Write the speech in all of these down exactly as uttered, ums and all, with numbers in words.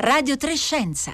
Radio tre Scienza.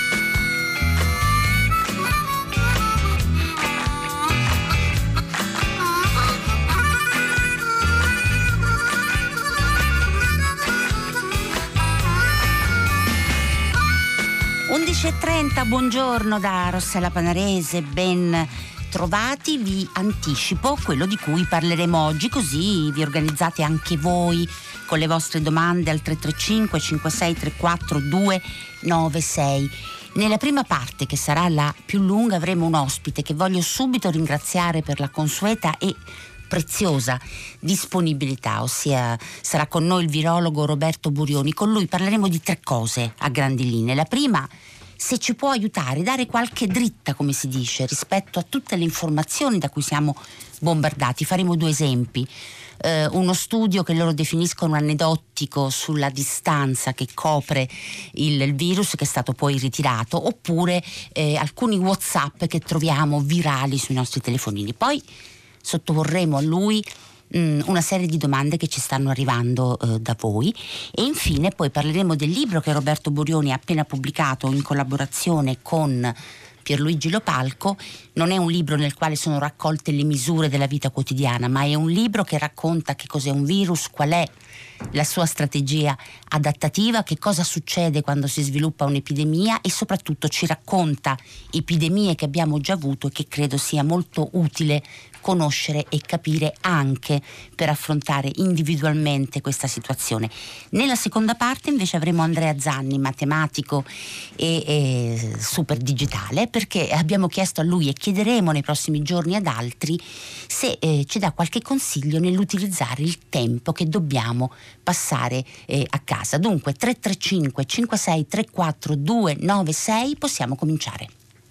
undici e trenta, buongiorno da Rossella Panarese, ben trovati. Vi anticipo quello di cui parleremo oggi, così vi organizzate anche voi con le vostre domande al tre tre cinque cinque sei tre quattro due nove sei. Nella prima parte, che sarà la più lunga, avremo un ospite che voglio subito ringraziare per la consueta e preziosa disponibilità, ossia sarà con noi il virologo Roberto Burioni. Con lui parleremo di tre cose a grandi linee. La prima, se ci può aiutare, dare qualche dritta, come si dice, rispetto a tutte le informazioni da cui siamo bombardati. Faremo due esempi. Eh, uno studio che loro definiscono aneddotico sulla distanza che copre il, il virus, che è stato poi ritirato, oppure eh, alcuni WhatsApp che troviamo virali sui nostri telefonini. Poi sottoporremo a lui mh, una serie di domande che ci stanno arrivando eh, da voi, e infine poi parleremo del libro che Roberto Burioni ha appena pubblicato in collaborazione con Pierluigi Lopalco. Non è un libro nel quale sono raccolte le misure della vita quotidiana, ma è un libro che racconta che cos'è un virus, qual è la sua strategia adattativa, che cosa succede quando si sviluppa un'epidemia, e soprattutto ci racconta epidemie che abbiamo già avuto e che credo sia molto utile conoscere e capire anche per affrontare individualmente questa situazione. Nella seconda parte invece avremo Andrea Zanni, matematico e, e super digitale, perché abbiamo chiesto a lui, e chiederemo nei prossimi giorni ad altri, se eh, ci dà qualche consiglio nell'utilizzare il tempo che dobbiamo passare eh, a casa. Dunque tre tre cinque cinque sei tre quattro due nove sei, possiamo cominciare.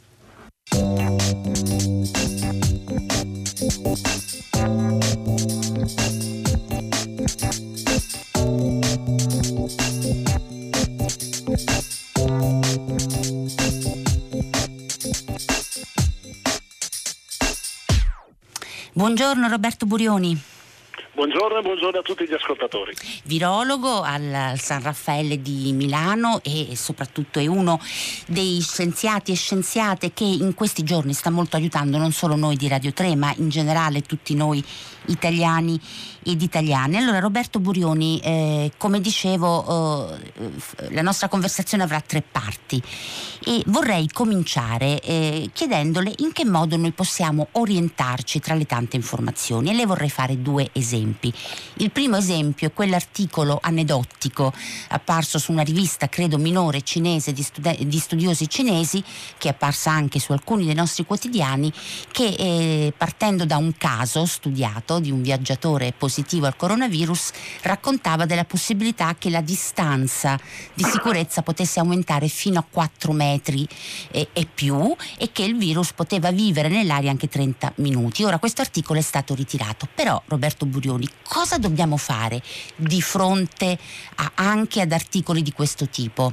Buongiorno Roberto Burioni. Buongiorno e buongiorno a tutti gli ascoltatori. Virologo al, al San Raffaele di Milano, e soprattutto è uno dei scienziati e scienziate che in questi giorni sta molto aiutando non solo noi di Radio tre, ma in generale tutti noi italiani ed italiane. Allora Roberto Burioni, eh, come dicevo, eh, la nostra conversazione avrà tre parti e vorrei cominciare eh, chiedendole in che modo noi possiamo orientarci tra le tante informazioni, e le vorrei fare due esempi. Il primo esempio è quell'articolo aneddotico apparso su una rivista, credo minore, cinese, di, studi- di studiosi cinesi, che è apparsa anche su alcuni dei nostri quotidiani, che eh, partendo da un caso studiato di un viaggiatore positivo al coronavirus raccontava della possibilità che la distanza di sicurezza potesse aumentare fino a quattro metri e, e più, e che il virus poteva vivere nell'aria anche trenta minuti. Ora questo articolo è stato ritirato, però Roberto Burioni, cosa dobbiamo fare di fronte a, anche ad articoli di questo tipo?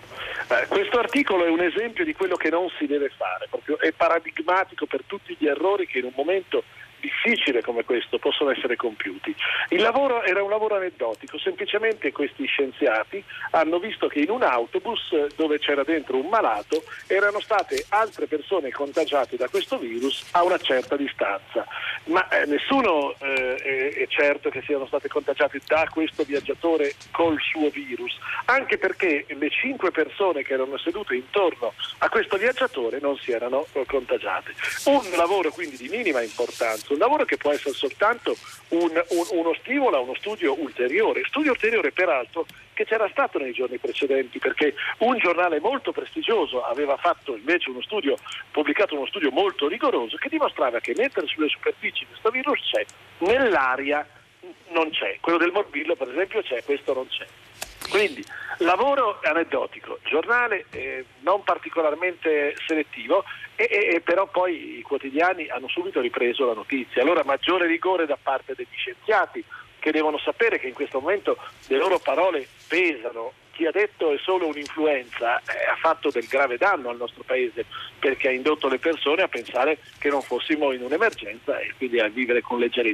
Eh, questo articolo è un esempio di quello che non si deve fare, proprio è paradigmatico per tutti gli errori che in un momento difficile come questo possono essere compiuti. Il lavoro era un lavoro aneddotico, semplicemente questi scienziati hanno visto che in un autobus dove c'era dentro un malato erano state altre persone contagiate da questo virus a una certa distanza, ma eh, nessuno eh, è, è certo che siano state contagiate da questo viaggiatore col suo virus, anche perché le cinque persone che erano sedute intorno a questo viaggiatore non si erano eh, contagiate. Un lavoro quindi di minima importanza, un lavoro che può essere soltanto un, un, uno stimolo a uno studio ulteriore, studio ulteriore peraltro che c'era stato nei giorni precedenti, perché un giornale molto prestigioso aveva fatto invece uno studio, pubblicato uno studio molto rigoroso che dimostrava che mentre sulle superfici questo virus c'è, nell'aria non c'è. Quello del morbillo per esempio c'è, questo non c'è. Quindi lavoro aneddotico, giornale eh, non particolarmente selettivo, e, e, e però poi i quotidiani hanno subito ripreso la notizia. Allora maggiore rigore da parte degli scienziati, che devono sapere che in questo momento le loro parole pesano. Chi ha detto è solo un'influenza eh, ha fatto del grave danno al nostro paese, perché ha indotto le persone a pensare che non fossimo in un'emergenza e quindi a vivere con leggerezza.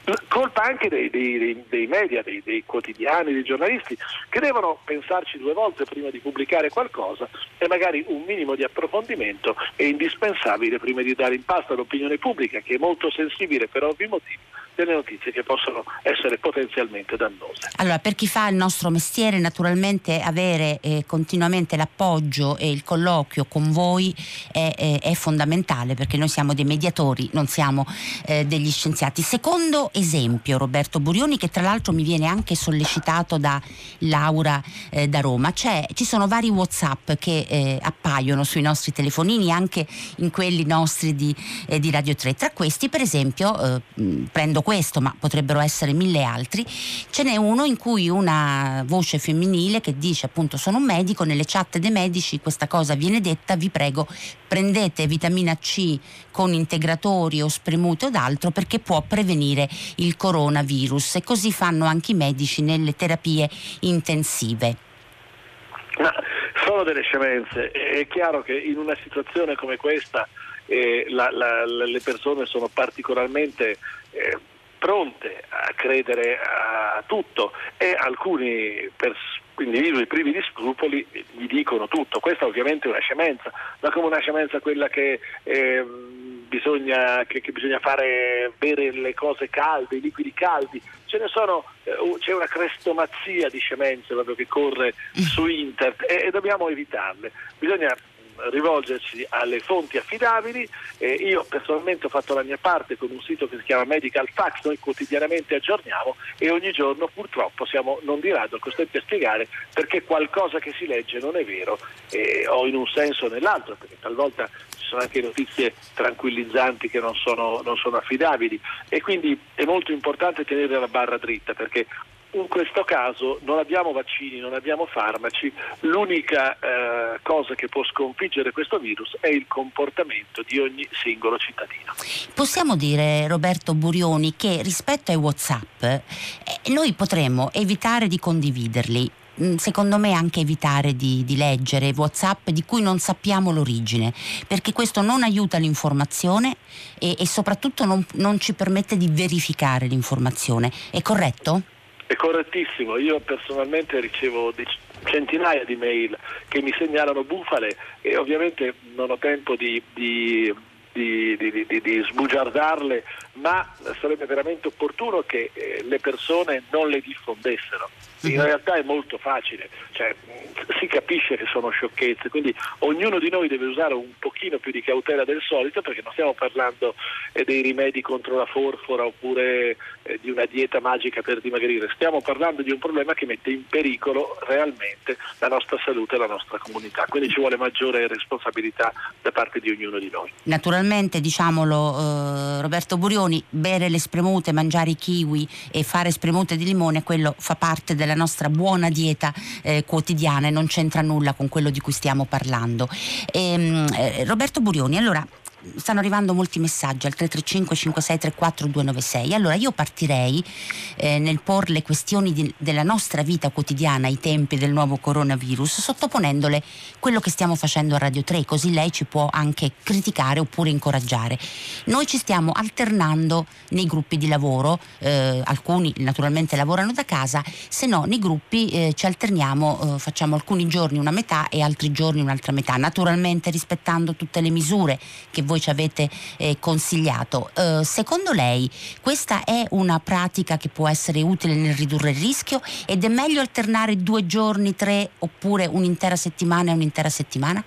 Colpa anche dei, dei, dei media, dei, dei quotidiani, dei giornalisti, che devono pensarci due volte prima di pubblicare qualcosa, e magari un minimo di approfondimento è indispensabile prima di dare in pasto all'opinione pubblica, che è molto sensibile per ovvi motivi, delle notizie che possono essere potenzialmente dannose. Allora, per chi fa il nostro mestiere, naturalmente avere eh, continuamente l'appoggio e il colloquio con voi è, è, è fondamentale, perché noi siamo dei mediatori, non siamo eh, degli scienziati. Secondo esempio, Roberto Burioni, che tra l'altro mi viene anche sollecitato da Laura eh, da Roma, c'è, ci sono vari WhatsApp che eh, appaiono sui nostri telefonini, anche in quelli nostri di, eh, di Radio tre. Tra questi, per esempio, eh, prendo questo, ma potrebbero essere mille altri, ce n'è uno in cui una voce femminile che dice appunto: sono un medico, nelle chat dei medici questa cosa viene detta, vi prego prendete vitamina C con integratori o spremute o d'altro perché può prevenire il coronavirus, e così fanno anche i medici nelle terapie intensive. Ma sono delle scemenze. È chiaro che in una situazione come questa eh, la, la, le persone sono particolarmente eh, pronte a credere a tutto, e alcuni pers- individui privi di scrupoli gli dicono tutto. Questa ovviamente è una scemenza, ma come una scemenza quella che eh, bisogna, che, che bisogna fare bere le cose calde, i liquidi caldi. Ce ne sono, eh, c'è una crestomazia di scemenze proprio che corre su internet, e, e dobbiamo evitarle. Bisogna rivolgersi alle fonti affidabili. Eh, io personalmente ho fatto la mia parte con un sito che si chiama Medical Facts, noi quotidianamente aggiorniamo, e ogni giorno purtroppo siamo non di rado costretti a spiegare perché qualcosa che si legge non è vero, eh, o in un senso o nell'altro, perché talvolta ci sono anche notizie tranquillizzanti che non sono, non sono affidabili, e quindi è molto importante tenere la barra dritta, perché in questo caso non abbiamo vaccini, non abbiamo farmaci, l'unica eh, cosa che può sconfiggere questo virus è il comportamento di ogni singolo cittadino. Possiamo dire, Roberto Burioni, che rispetto ai WhatsApp eh, noi potremmo evitare di condividerli, secondo me anche evitare di, di leggere WhatsApp di cui non sappiamo l'origine, perché questo non aiuta l'informazione e, e soprattutto non, non ci permette di verificare l'informazione. È corretto? È correttissimo. Io personalmente ricevo centinaia di mail che mi segnalano bufale, e ovviamente non ho tempo di, di, di, di, di, di sbugiardarle, ma sarebbe veramente opportuno che eh, le persone non le diffondessero. In realtà è molto facile, cioè, si capisce che sono sciocchezze, quindi ognuno di noi deve usare un pochino più di cautela del solito, perché non stiamo parlando eh, dei rimedi contro la forfora oppure eh, di una dieta magica per dimagrire, stiamo parlando di un problema che mette in pericolo realmente la nostra salute e la nostra comunità, quindi ci vuole maggiore responsabilità da parte di ognuno di noi. Naturalmente, diciamolo eh, Roberto Burioni, bere le spremute, mangiare i kiwi e fare spremute di limone, quello fa parte della nostra buona dieta eh, quotidiana e non c'entra nulla con quello di cui stiamo parlando. E, eh, Roberto Burioni, allora stanno arrivando molti messaggi al tre tre cinque cinque sei tre quattro due nove sei. Allora io partirei eh, nel porre le questioni di, della nostra vita quotidiana ai tempi del nuovo coronavirus, sottoponendole quello che stiamo facendo a Radio tre, così lei ci può anche criticare oppure incoraggiare. Noi ci stiamo alternando nei gruppi di lavoro, eh, alcuni naturalmente lavorano da casa, se no nei gruppi eh, ci alterniamo, eh, facciamo alcuni giorni una metà e altri giorni un'altra metà, naturalmente rispettando tutte le misure che voi ci avete eh, consigliato. Eh, secondo lei questa è una pratica che può essere utile nel ridurre il rischio, ed è meglio alternare due giorni, tre, oppure un'intera settimana e un'intera settimana?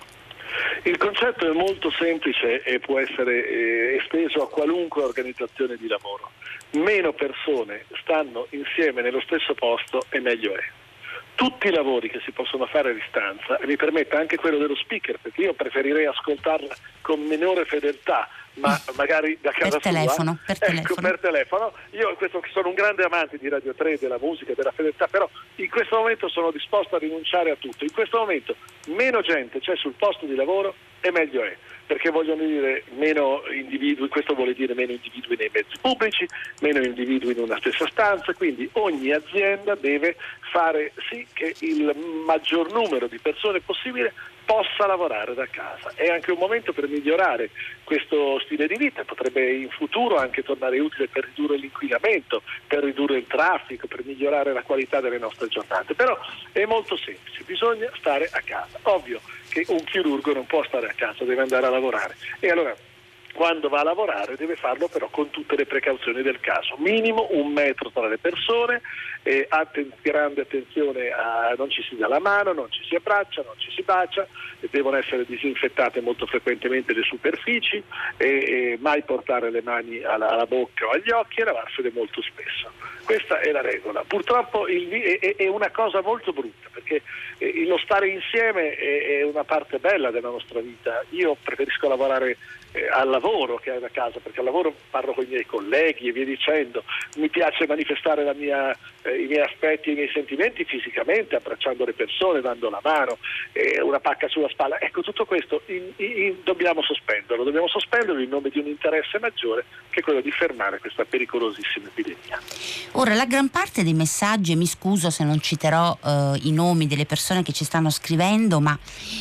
Il concetto è molto semplice e può essere eh, esteso a qualunque organizzazione di lavoro. Meno persone stanno insieme nello stesso posto e meglio è. Tutti i lavori che si possono fare a distanza, e mi permetta anche quello dello speaker, perché io preferirei ascoltarla con minore fedeltà, ma magari da casa per telefono, sua. per ecco, telefono. per telefono. Io questo, sono un grande amante di Radio tre, della musica, della fedeltà, però in questo momento sono disposto a rinunciare a tutto. In questo momento meno gente c'è sul posto di lavoro, e meglio è, perché vogliono dire meno individui, questo vuole dire meno individui nei mezzi pubblici, meno individui in una stessa stanza, quindi ogni azienda deve fare sì che il maggior numero di persone possibile possa lavorare da casa. È anche un momento per migliorare questo stile di vita, potrebbe in futuro anche tornare utile per ridurre l'inquinamento, per ridurre il traffico, per migliorare la qualità delle nostre giornate, però è molto semplice, bisogna stare a casa. Ovvio che un chirurgo non può stare a casa, deve andare a lavorare e allora quando va a lavorare deve farlo però con tutte le precauzioni del caso, minimo un metro tra le persone, eh, atten- grande attenzione a non ci si dà la mano, non ci si abbraccia, non ci si bacia, e devono essere disinfettate molto frequentemente le superfici e, e mai portare le mani alla, alla bocca o agli occhi e lavarsele molto spesso. Questa è la regola. Purtroppo il, è, è una cosa molto brutta perché eh, lo stare insieme è, è una parte bella della nostra vita. Io preferisco lavorare eh, al lavoro che da casa, perché al lavoro parlo con i miei colleghi e via dicendo, mi piace manifestare la mia, eh, i miei aspetti e i miei sentimenti fisicamente, abbracciando le persone, dando la mano, eh, una pacca sulla spalla. Ecco, tutto questo in, in, dobbiamo sospenderlo, dobbiamo sospenderlo in nome di un interesse maggiore che è quello di fermare questa pericolosissima epidemia. Ora, la gran parte dei messaggi, e mi scuso se non citerò eh, i nomi delle persone che ci stanno scrivendo, ma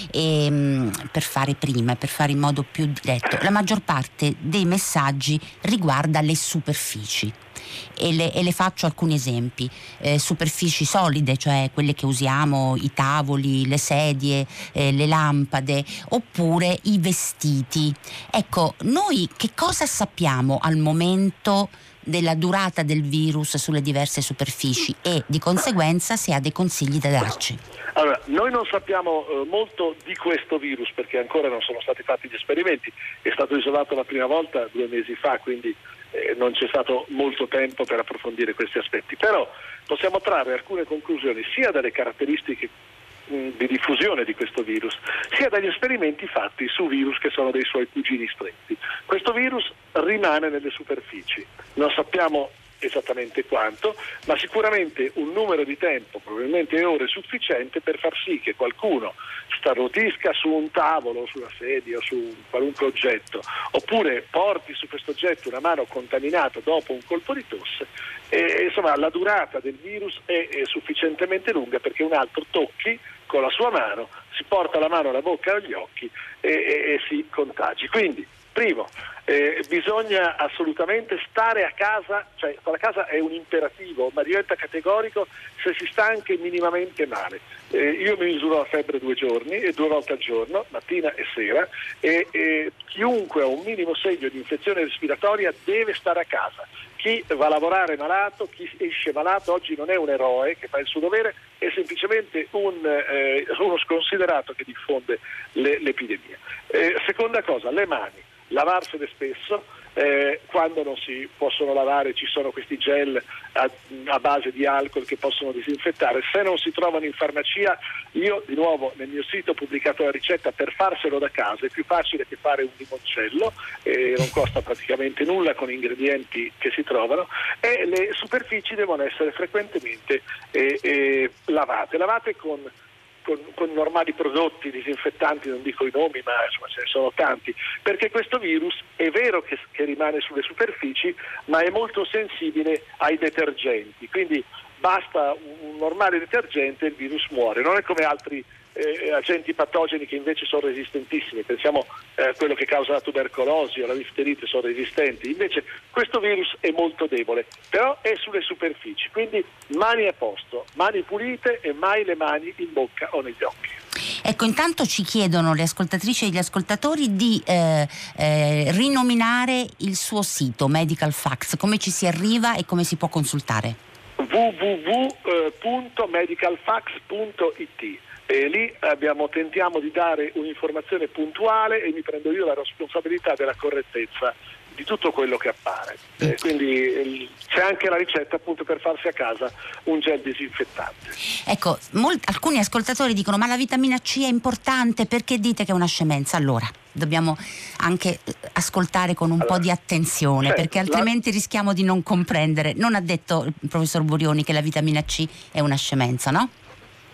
ehm, per fare prima, per fare in modo più diretto, la maggior parte dei messaggi riguarda le superfici. E le, e le faccio alcuni esempi. Eh, superfici solide, cioè quelle che usiamo, i tavoli, le sedie, eh, le lampade, oppure i vestiti. Ecco, noi che cosa sappiamo al momento della durata del virus sulle diverse superfici e di conseguenza se ha dei consigli da darci? Allora, noi non sappiamo eh, molto di questo virus perché ancora non sono stati fatti gli esperimenti, è stato isolato la prima volta due mesi fa, quindi eh, non c'è stato molto tempo per approfondire questi aspetti, però possiamo trarre alcune conclusioni sia dalle caratteristiche mh, di diffusione di questo virus, sia dagli esperimenti fatti su virus che sono dei suoi cugini stretti. Questo virus rimane nelle superfici, non sappiamo esattamente quanto, ma sicuramente un numero di tempo, probabilmente ore sufficiente per far sì che qualcuno starnutisca su un tavolo, su una sedia o su un qualunque oggetto, oppure porti su questo oggetto una mano contaminata dopo un colpo di tosse. E, insomma, la durata del virus è, è sufficientemente lunga perché un altro tocchi con la sua mano, si porta la mano alla bocca e agli occhi e, e, e si contagi. Quindi, primo, eh, bisogna assolutamente stare a casa, cioè stare a casa è un imperativo, ma diventa categorico se si sta anche minimamente male. Eh, io mi misuro la febbre due giorni e due volte al giorno, mattina e sera, e, e chiunque ha un minimo segno di infezione respiratoria deve stare a casa. Chi va a lavorare malato, chi esce malato oggi non è un eroe che fa il suo dovere, è semplicemente un, eh, uno sconsiderato che diffonde le, l'epidemia. Eh, seconda cosa, le mani. Lavarsene spesso, eh, quando non si possono lavare ci sono questi gel a, a base di alcol che possono disinfettare. Se non si trovano in farmacia, io di nuovo nel mio sito ho pubblicato la ricetta per farselo da casa, è più facile che fare un limoncello, eh, non costa praticamente nulla con ingredienti che si trovano, e le superfici devono essere frequentemente eh, eh, lavate, lavate con Con, con normali prodotti disinfettanti, non dico i nomi, ma insomma ce ne sono tanti, perché questo virus è vero che, che rimane sulle superfici, ma è molto sensibile ai detergenti, quindi basta un normale detergente e il virus muore, non è come altri eh, agenti patogeni che invece sono resistentissimi, pensiamo eh, a quello che causa la tubercolosi o la difterite, sono resistenti, invece questo virus è molto debole, però è sulle superfici, quindi mani a posto, mani pulite e mai le mani in bocca o negli occhi. Ecco, intanto ci chiedono le ascoltatrici e gli ascoltatori di eh, eh, rinominare il suo sito Medical Facts, come ci si arriva e come si può consultare? w w w punto medical facts punto i t. E lì abbiamo, tentiamo di dare un'informazione puntuale e mi prendo io la responsabilità della correttezza di tutto quello che appare. Eh, quindi eh, c'è anche la ricetta appunto per farsi a casa un gel disinfettante. Ecco, molti, alcuni ascoltatori dicono ma la vitamina C è importante, perché dite che è una scemenza? Allora, dobbiamo anche ascoltare con un allora, po' di attenzione, certo, perché altrimenti la... rischiamo di non comprendere. Non ha detto il professor Burioni che la vitamina C è una scemenza, no?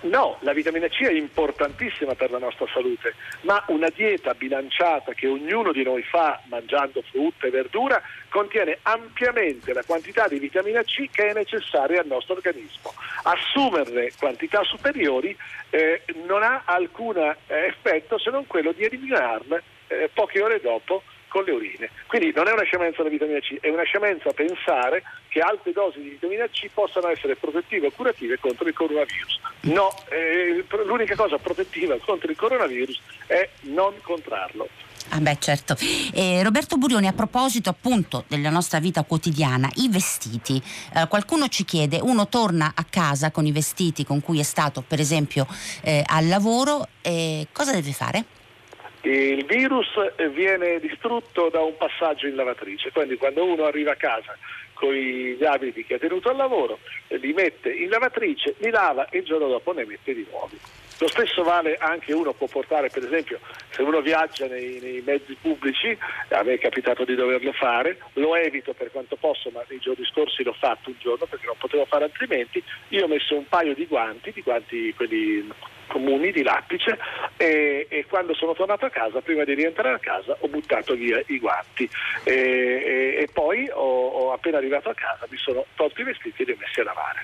No, la vitamina C è importantissima per la nostra salute, ma una dieta bilanciata che ognuno di noi fa mangiando frutta e verdura contiene ampiamente la quantità di vitamina C che è necessaria al nostro organismo. Assumerne quantità superiori eh, non ha alcun eh, effetto se non quello di eliminarle eh, poche ore dopo con le urine. Quindi non è una scemenza la vitamina C, è una scemenza pensare che alte dosi di vitamina C possano essere protettive o curative contro il coronavirus. No, eh, l'unica cosa protettiva contro il coronavirus è non contrarlo. Ah beh, certo. Eh, Roberto Burioni, a proposito appunto della nostra vita quotidiana, i vestiti, eh, qualcuno ci chiede, uno torna a casa con i vestiti con cui è stato per esempio eh, al lavoro, eh, cosa deve fare? Il virus viene distrutto da un passaggio in lavatrice, quindi quando uno arriva a casa con gli abiti che ha tenuto al lavoro, li mette in lavatrice, li lava e il giorno dopo ne mette di nuovi. Lo stesso vale anche, uno può portare, per esempio, se uno viaggia nei, nei mezzi pubblici, a me è capitato di doverlo fare, lo evito per quanto posso, ma nei giorni scorsi l'ho fatto un giorno perché non potevo fare altrimenti, io ho messo un paio di guanti, di guanti quelli comuni di lattice e, e quando sono tornato a casa, prima di rientrare a casa, ho buttato via i guanti e, e, e poi ho, ho appena arrivato a casa mi sono tolto i vestiti e li ho messi a lavare.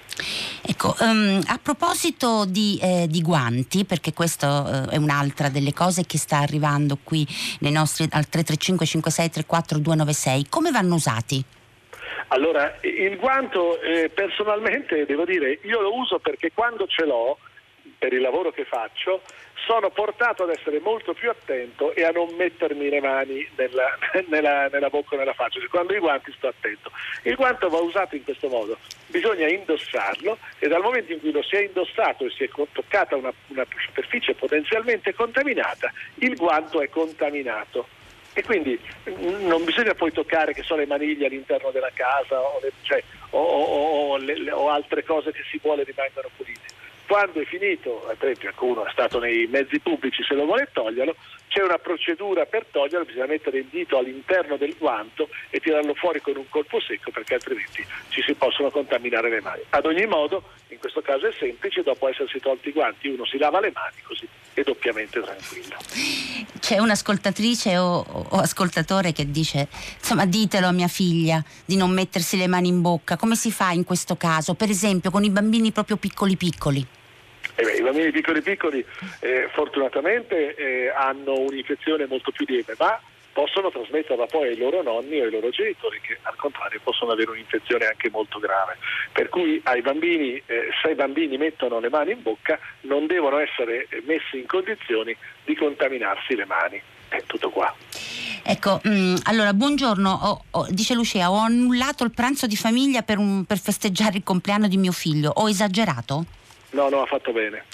Ecco, um, a proposito di, eh, di guanti, perché questa uh, è un'altra delle cose che sta arrivando qui nei nostri al tre tre cinque cinque sei tre quattro due nove sei, come vanno usati? Allora, il guanto eh, personalmente devo dire, io lo uso perché quando ce l'ho, per il lavoro che faccio, sono portato ad essere molto più attento e a non mettermi le mani nella, nella, nella bocca o nella faccia. Cioè, quando ho i guanti sto attento. Il guanto va usato in questo modo, bisogna indossarlo e dal momento in cui lo si è indossato e si è toccata una, una superficie potenzialmente contaminata, il guanto è contaminato. E quindi non bisogna poi toccare, che so, le maniglie all'interno della casa o, le, cioè, o, o, o, le, o altre cose che si vuole rimangano pulite. Quando è finito, ad esempio, uno è stato nei mezzi pubblici, se lo vuole toglierlo, c'è una procedura per toglierlo, bisogna mettere il dito all'interno del guanto e tirarlo fuori con un colpo secco perché altrimenti ci si possono contaminare le mani. Ad ogni modo, in questo caso è semplice, dopo essersi tolti i guanti uno si lava le mani, così è doppiamente tranquillo. C'è un'ascoltatrice o, o ascoltatore che dice, insomma, ditelo a mia figlia di non mettersi le mani in bocca, come si fa in questo caso, per esempio con i bambini proprio piccoli piccoli? Eh beh, i bambini piccoli piccoli eh, fortunatamente eh, hanno un'infezione molto più lieve, ma possono trasmetterla poi ai loro nonni o ai loro genitori, che al contrario possono avere un'infezione anche molto grave. Per cui ai bambini, eh, se i bambini mettono le mani in bocca, non devono essere messi in condizioni di contaminarsi le mani. È tutto qua. Ecco, mh, allora buongiorno, ho, ho, dice Lucia, ho annullato il pranzo di famiglia per, un, per festeggiare il compleanno di mio figlio, ho esagerato? No, no, ha fatto bene.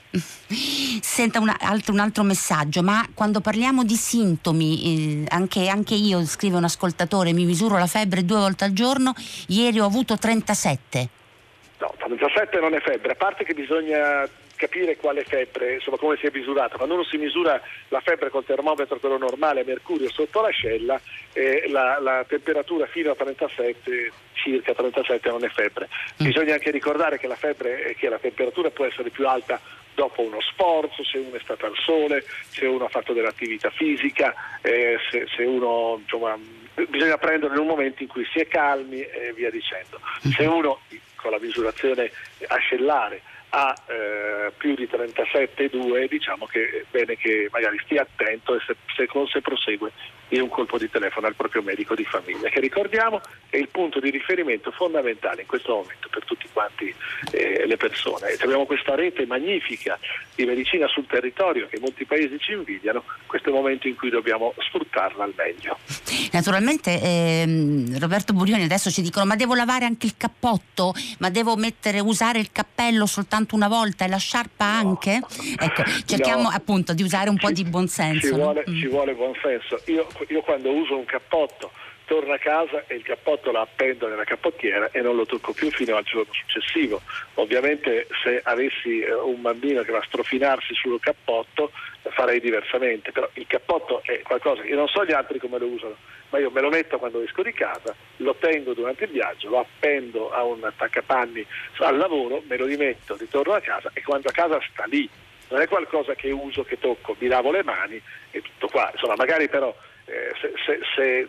Senta un altro, un altro messaggio, ma quando parliamo di sintomi, eh, anche, anche io, scrive un ascoltatore, mi misuro la febbre due volte al giorno, ieri ho avuto trentasette. No, trentasette non è febbre, a parte che bisogna capire quale febbre, insomma come si è misurata. Quando uno si misura la febbre col termometro, quello normale, a mercurio sotto l'ascella, eh, la, la temperatura fino a trentasette, circa trentasette, non è febbre. Mm. Bisogna anche ricordare che la febbre, che la temperatura può essere più alta dopo uno sforzo, se uno è stato al sole, se uno ha fatto dell'attività fisica, eh, se, se uno, insomma, bisogna prenderlo in un momento in cui si è calmi e via dicendo. Se uno con la misurazione ascellare ha eh, più di trentasette virgola due, diciamo che è bene che magari stia attento e se, se, se prosegue in un colpo di telefono al proprio medico di famiglia, che ricordiamo è il punto di riferimento fondamentale in questo momento per tutti quanti eh, le persone. E abbiamo questa rete magnifica di medicina sul territorio che molti paesi ci invidiano, questo è il momento in cui dobbiamo sfruttarla al meglio. Naturalmente ehm, Roberto Burioni adesso ci dicono, ma devo lavare anche il cappotto, ma devo mettere usare il cappello soltanto una volta e la sciarpa no. anche? Ecco, cerchiamo no. appunto di usare un po' ci, di buonsenso. Ci vuole, no? ci vuole buonsenso. Io Io quando uso un cappotto torno a casa e il cappotto lo appendo nella cappottiera e non lo tocco più fino al giorno successivo. Ovviamente se avessi un bambino che va a strofinarsi sul cappotto farei diversamente, però il cappotto è qualcosa che io non so gli altri come lo usano, ma io me lo metto quando esco di casa, lo tengo durante il viaggio, lo appendo a un attaccapanni al lavoro, me lo rimetto, ritorno a casa e quando a casa sta lì. Non è qualcosa che uso, che tocco, mi lavo le mani e tutto qua. Insomma, magari però eh, se, se, se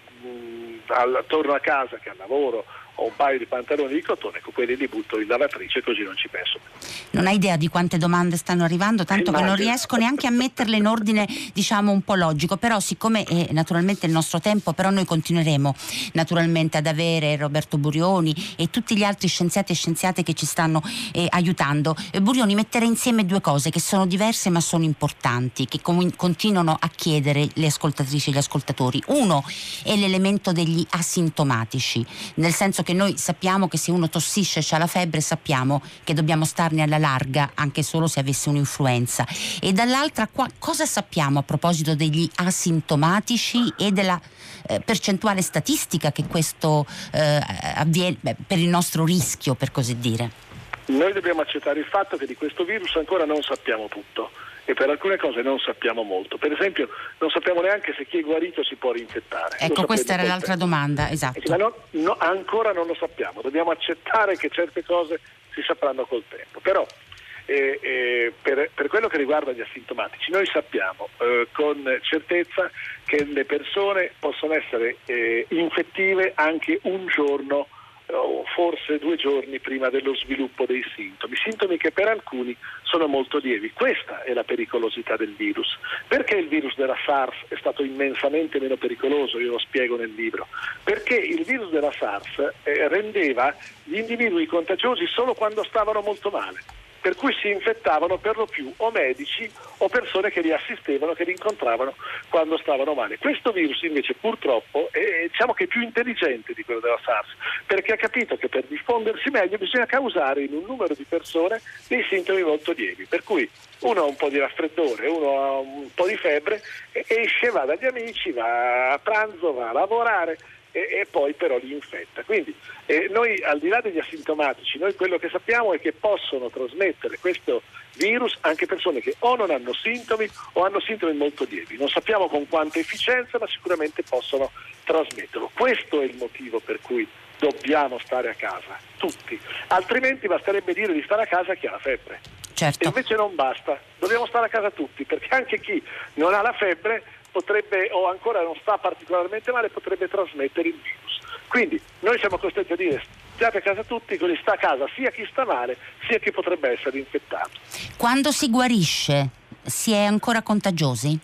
mh, al, torno a casa che al lavoro ho un paio di pantaloni di cotone, ecco, quelli li butto in lavatrice così non ci penso. Non hai idea di quante domande stanno arrivando, tanto che non riesco neanche a metterle in ordine, diciamo, un po' logico, però siccome è naturalmente il nostro tempo, però noi continueremo naturalmente ad avere Roberto Burioni e tutti gli altri scienziati e scienziate che ci stanno eh, aiutando. E Burioni, mettere insieme due cose che sono diverse ma sono importanti, che com- continuano a chiedere le ascoltatrici e gli ascoltatori. Uno è l'elemento degli asintomatici, nel senso che noi sappiamo che se uno tossisce e c'ha la febbre sappiamo che dobbiamo starne alla larga anche solo se avesse un'influenza, e dall'altra qua, cosa sappiamo a proposito degli asintomatici e della eh, percentuale statistica che questo eh, avviene beh, per il nostro rischio, per così dire? Noi dobbiamo accettare il fatto che di questo virus ancora non sappiamo tutto e per alcune cose non sappiamo molto. Per esempio non sappiamo neanche se chi è guarito si può rinfettare. Ecco, questa era l'altra domanda, esatto. Ma no, no, ancora non lo sappiamo, dobbiamo accettare che certe cose si sapranno col tempo. Però eh, eh, per, per quello che riguarda gli asintomatici, noi sappiamo eh, con certezza che le persone possono essere eh, infettive anche un giorno o forse due giorni prima dello sviluppo dei sintomi, sintomi che per alcuni sono molto lievi. Questa è la pericolosità del virus. Perché il virus della SARS è stato immensamente meno pericoloso? Io lo spiego nel libro. Perché il virus della SARS eh, rendeva gli individui contagiosi solo quando stavano molto male, per cui si infettavano per lo più o medici o persone che li assistevano, che li incontravano quando stavano male. Questo virus invece purtroppo è, diciamo che è più intelligente di quello della SARS, perché ha capito che per diffondersi meglio bisogna causare in un numero di persone dei sintomi molto lievi, per cui uno ha un po' di raffreddore, uno ha un po' di febbre, esce, va dagli amici, va a pranzo, va a lavorare e, e poi però li infetta. Quindi eh, noi, al di là degli asintomatici, noi quello che sappiamo è che possono trasmettere questo virus anche persone che o non hanno sintomi o hanno sintomi molto lievi. Non sappiamo con quanta efficienza, ma sicuramente possono trasmetterlo. Questo è il motivo per cui dobbiamo stare a casa, tutti. Altrimenti basterebbe dire di stare a casa chi ha la febbre. Certo. E invece non basta, dobbiamo stare a casa tutti, perché anche chi non ha la febbre potrebbe, o ancora non sta particolarmente male, potrebbe trasmettere il virus. Quindi noi siamo costretti a dire state a casa tutti, così sta a casa sia chi sta male sia chi potrebbe essere infettato. Quando si guarisce si è ancora contagiosi?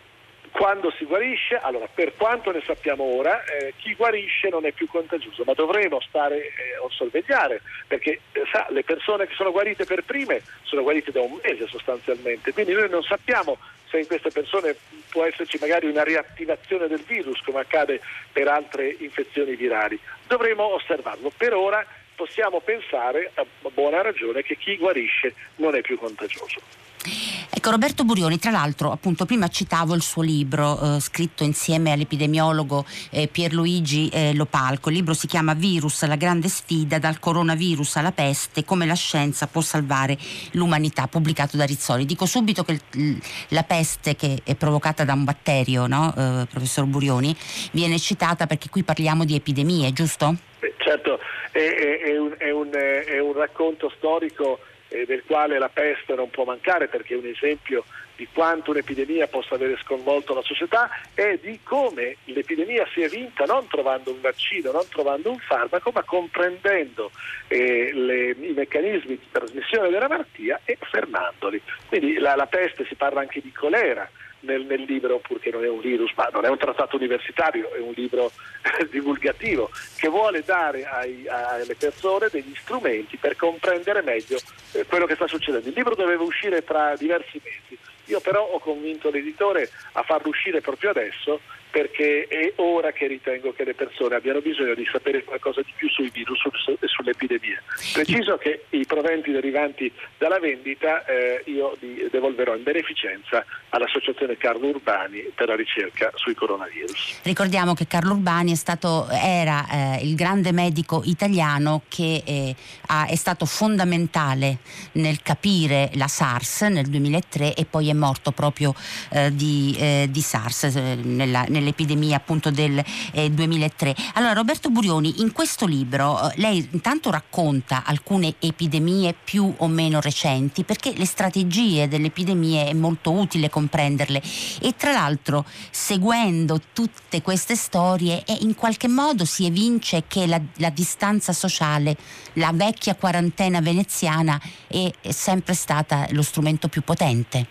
Quando si guarisce, allora per quanto ne sappiamo ora, eh, chi guarisce non è più contagioso, ma dovremo stare eh, a sorvegliare, perché eh, sa, le persone che sono guarite per prime sono guarite da un mese sostanzialmente, quindi noi non sappiamo se in queste persone può esserci magari una riattivazione del virus come accade per altre infezioni virali. Dovremo osservarlo. Per ora possiamo pensare, a buona ragione, che chi guarisce non è più contagioso. Ecco, Roberto Burioni, tra l'altro, appunto, prima citavo il suo libro eh, scritto insieme all'epidemiologo eh, Pierluigi eh, Lopalco. Il libro si chiama Virus, la grande sfida, dal coronavirus alla peste, come la scienza può salvare l'umanità, pubblicato da Rizzoli. Dico subito che il, la peste, che è provocata da un batterio, no, eh, professor Burioni, viene citata perché qui parliamo di epidemie, giusto? Beh, certo, è, è, è, un, è, un, è un racconto storico del quale la peste non può mancare, perché è un esempio di quanto un'epidemia possa avere sconvolto la società e di come l'epidemia si è vinta non trovando un vaccino, non trovando un farmaco, ma comprendendo eh, le, i meccanismi di trasmissione della malattia e fermandoli. Quindi la, la peste, si parla anche di colera nel, nel libro, purché non è un virus, ma non è un trattato universitario, è un libro divulgativo che vuole dare ai, alle persone degli strumenti per comprendere meglio eh, quello che sta succedendo. Il libro doveva uscire tra diversi mesi, io però ho convinto l'editore a farlo uscire proprio adesso perché è ora che ritengo che le persone abbiano bisogno di sapere qualcosa di più sui virus e sull'epidemia. Preciso che i proventi derivanti dalla vendita eh, io li devolverò in beneficenza all'associazione Carlo Urbani per la ricerca sui coronavirus. Ricordiamo che Carlo Urbani è stato, era eh, il grande medico italiano che eh, ha, è stato fondamentale nel capire la SARS nel duemilatré e poi è morto proprio eh, di, eh, di SARS eh, nella, nell'epidemia appunto del eh, duemilatré. Allora Roberto Burioni, in questo libro eh, lei intanto racconta alcune epidemie più o meno recenti, perché le strategie delle epidemie è molto utile comprenderle, e tra l'altro seguendo tutte queste storie e in qualche modo si evince che la, la distanza sociale, la vecchia quarantena veneziana è, è sempre stata lo strumento più potente.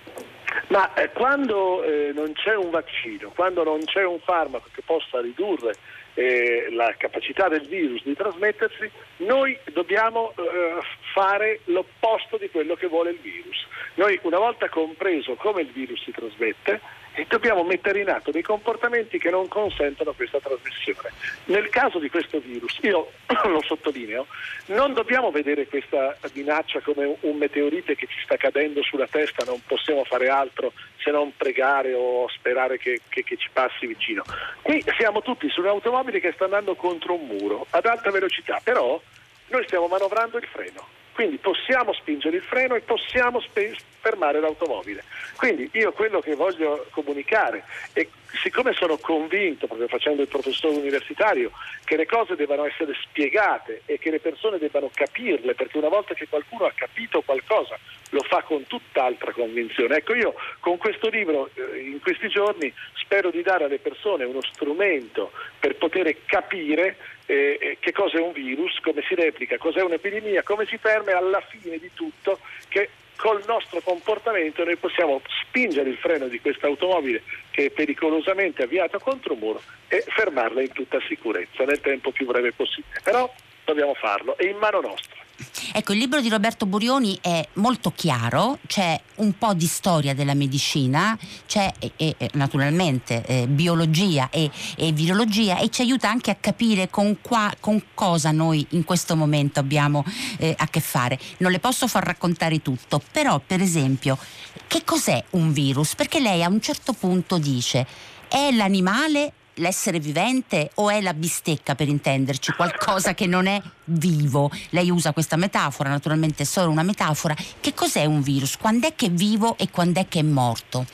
Ma eh, quando eh, non c'è un vaccino, quando non c'è un farmaco che possa ridurre eh, la capacità del virus di trasmettersi, noi dobbiamo eh, fare l'opposto di quello che vuole il virus. Noi, una volta compreso come il virus si trasmette, e dobbiamo mettere in atto dei comportamenti che non consentono questa trasmissione. Nel caso di questo virus, io lo sottolineo, non dobbiamo vedere questa minaccia come un meteorite che ci sta cadendo sulla testa, non possiamo fare altro se non pregare o sperare che, che, che ci passi vicino. Qui siamo tutti su un'automobile che sta andando contro un muro ad alta velocità, però noi stiamo manovrando il freno. Quindi possiamo spingere il freno e possiamo spe- fermare l'automobile. Quindi io quello che voglio comunicare, e siccome sono convinto, proprio facendo il professore universitario, che le cose debbano essere spiegate e che le persone debbano capirle, perché una volta che qualcuno ha capito qualcosa lo fa con tutt'altra convinzione. Ecco, io con questo libro eh, in questi giorni spero di dare alle persone uno strumento per poter capire eh, che cosa è un virus, come si replica, cos'è un'epidemia, come si ferma, e alla fine di tutto che col nostro comportamento noi possiamo spingere il freno di questa automobile che è pericolosamente avviata contro un muro e fermarla in tutta sicurezza nel tempo più breve possibile. Però dobbiamo farlo, è in mano nostra. Ecco, il libro di Roberto Burioni è molto chiaro, c'è un po' di storia della medicina, c'è e, e, naturalmente eh, biologia e, e virologia, e ci aiuta anche a capire con, qua, con cosa noi in questo momento abbiamo eh, a che fare. Non le posso far raccontare tutto, però per esempio che cos'è un virus? Perché lei a un certo punto dice: è l'animale, l'essere vivente, o è la bistecca, per intenderci, qualcosa che non è vivo? Lei usa questa metafora, naturalmente è solo una metafora. Che cos'è un virus? Quando è che è vivo e quando è che è morto?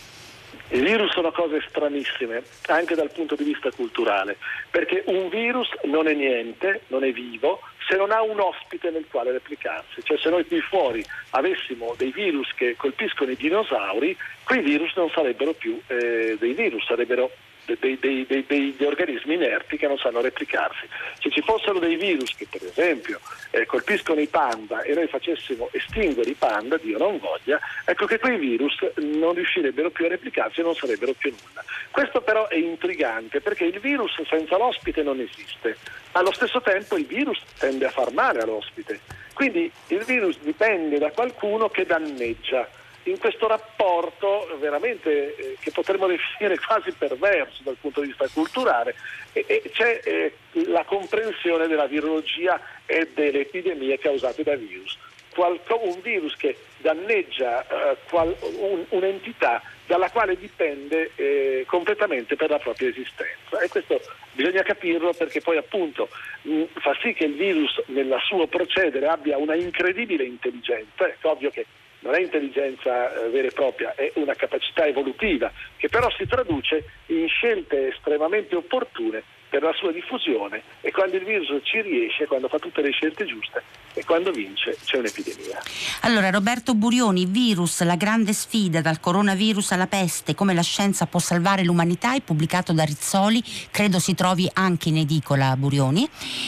I virus sono cose stranissime anche dal punto di vista culturale, perché un virus non è niente, non è vivo se non ha un ospite nel quale replicarsi. Cioè, se noi qui fuori avessimo dei virus che colpiscono i dinosauri, quei virus non sarebbero più eh, dei virus, sarebbero Dei, dei, dei, degli organismi inerti che non sanno replicarsi. Se ci fossero dei virus che per esempio eh, colpiscono i panda e noi facessimo estinguere i panda, Dio non voglia, ecco che quei virus non riuscirebbero più a replicarsi e non sarebbero più nulla. Questo però è intrigante, perché il virus senza l'ospite non esiste. Allo stesso tempo il virus tende a far male all'ospite, quindi il virus dipende da qualcuno che danneggia. In questo rapporto veramente eh, che potremmo definire quasi perverso dal punto di vista culturale, e, e c'è eh, la comprensione della virologia e delle epidemie causate da virus. Qualco, un virus che danneggia eh, qual, un, un'entità dalla quale dipende eh, completamente per la propria esistenza, e questo bisogna capirlo, perché poi appunto mh, fa sì che il virus nel suo procedere abbia una incredibile intelligenza. È ovvio che non è intelligenza eh, vera e propria, è una capacità evolutiva che però si traduce in scelte estremamente opportune per la sua diffusione, e quando il virus ci riesce, quando fa tutte le scelte giuste e quando vince, c'è un'epidemia. Allora, Roberto Burioni, virus, la grande sfida dal coronavirus alla peste, come la scienza può salvare l'umanità, è pubblicato da Rizzoli, credo si trovi anche in edicola Burioni,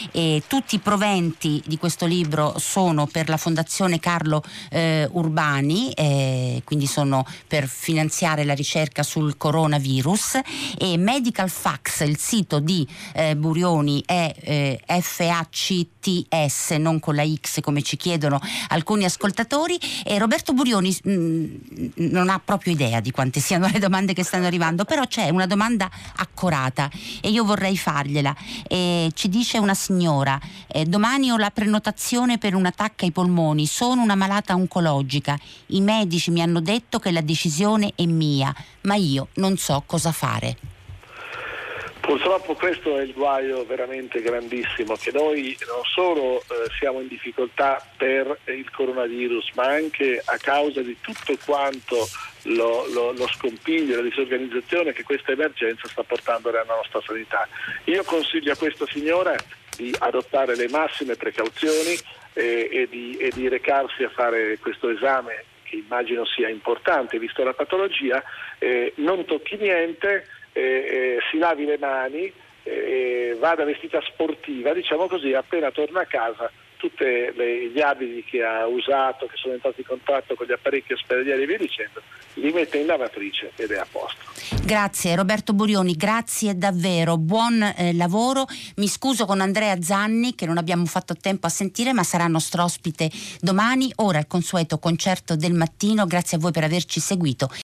e tutti i proventi di questo libro sono per la Fondazione Carlo eh, Urbani, eh, quindi sono per finanziare la ricerca sul coronavirus, e Medical Facts, il sito di eh, Burioni è eh, F A C T S, non con la X come ci chiedono alcuni ascoltatori. E Roberto Burioni mh, non ha proprio idea di quante siano le domande che stanno arrivando, però c'è una domanda accorata e io vorrei fargliela. E ci dice una signora: eh, domani ho la prenotazione per un attacco ai polmoni, sono una malata oncologica, i medici mi hanno detto che la decisione è mia, ma io non so cosa fare. Purtroppo questo è il guaio veramente grandissimo, che noi non solo eh, siamo in difficoltà per il coronavirus, ma anche a causa di tutto quanto lo, lo, lo scompiglio, la disorganizzazione che questa emergenza sta portando nella nostra sanità. Io consiglio a questa signora di adottare le massime precauzioni eh, e, di, e di recarsi a fare questo esame, che immagino sia importante vista la patologia, eh, non tocchi niente, eh, eh, si lavi le mani, eh, vada vestita sportiva, diciamo così, appena torna a casa tutti gli abiti che ha usato, che sono entrati in contatto con gli apparecchi ospedalieri e via dicendo, li mette in lavatrice ed è a posto. Grazie Roberto Burioni, grazie davvero, buon eh, lavoro. Mi scuso con Andrea Zanni che non abbiamo fatto tempo a sentire, ma sarà nostro ospite domani. Ora il consueto concerto del mattino, grazie a voi per averci seguito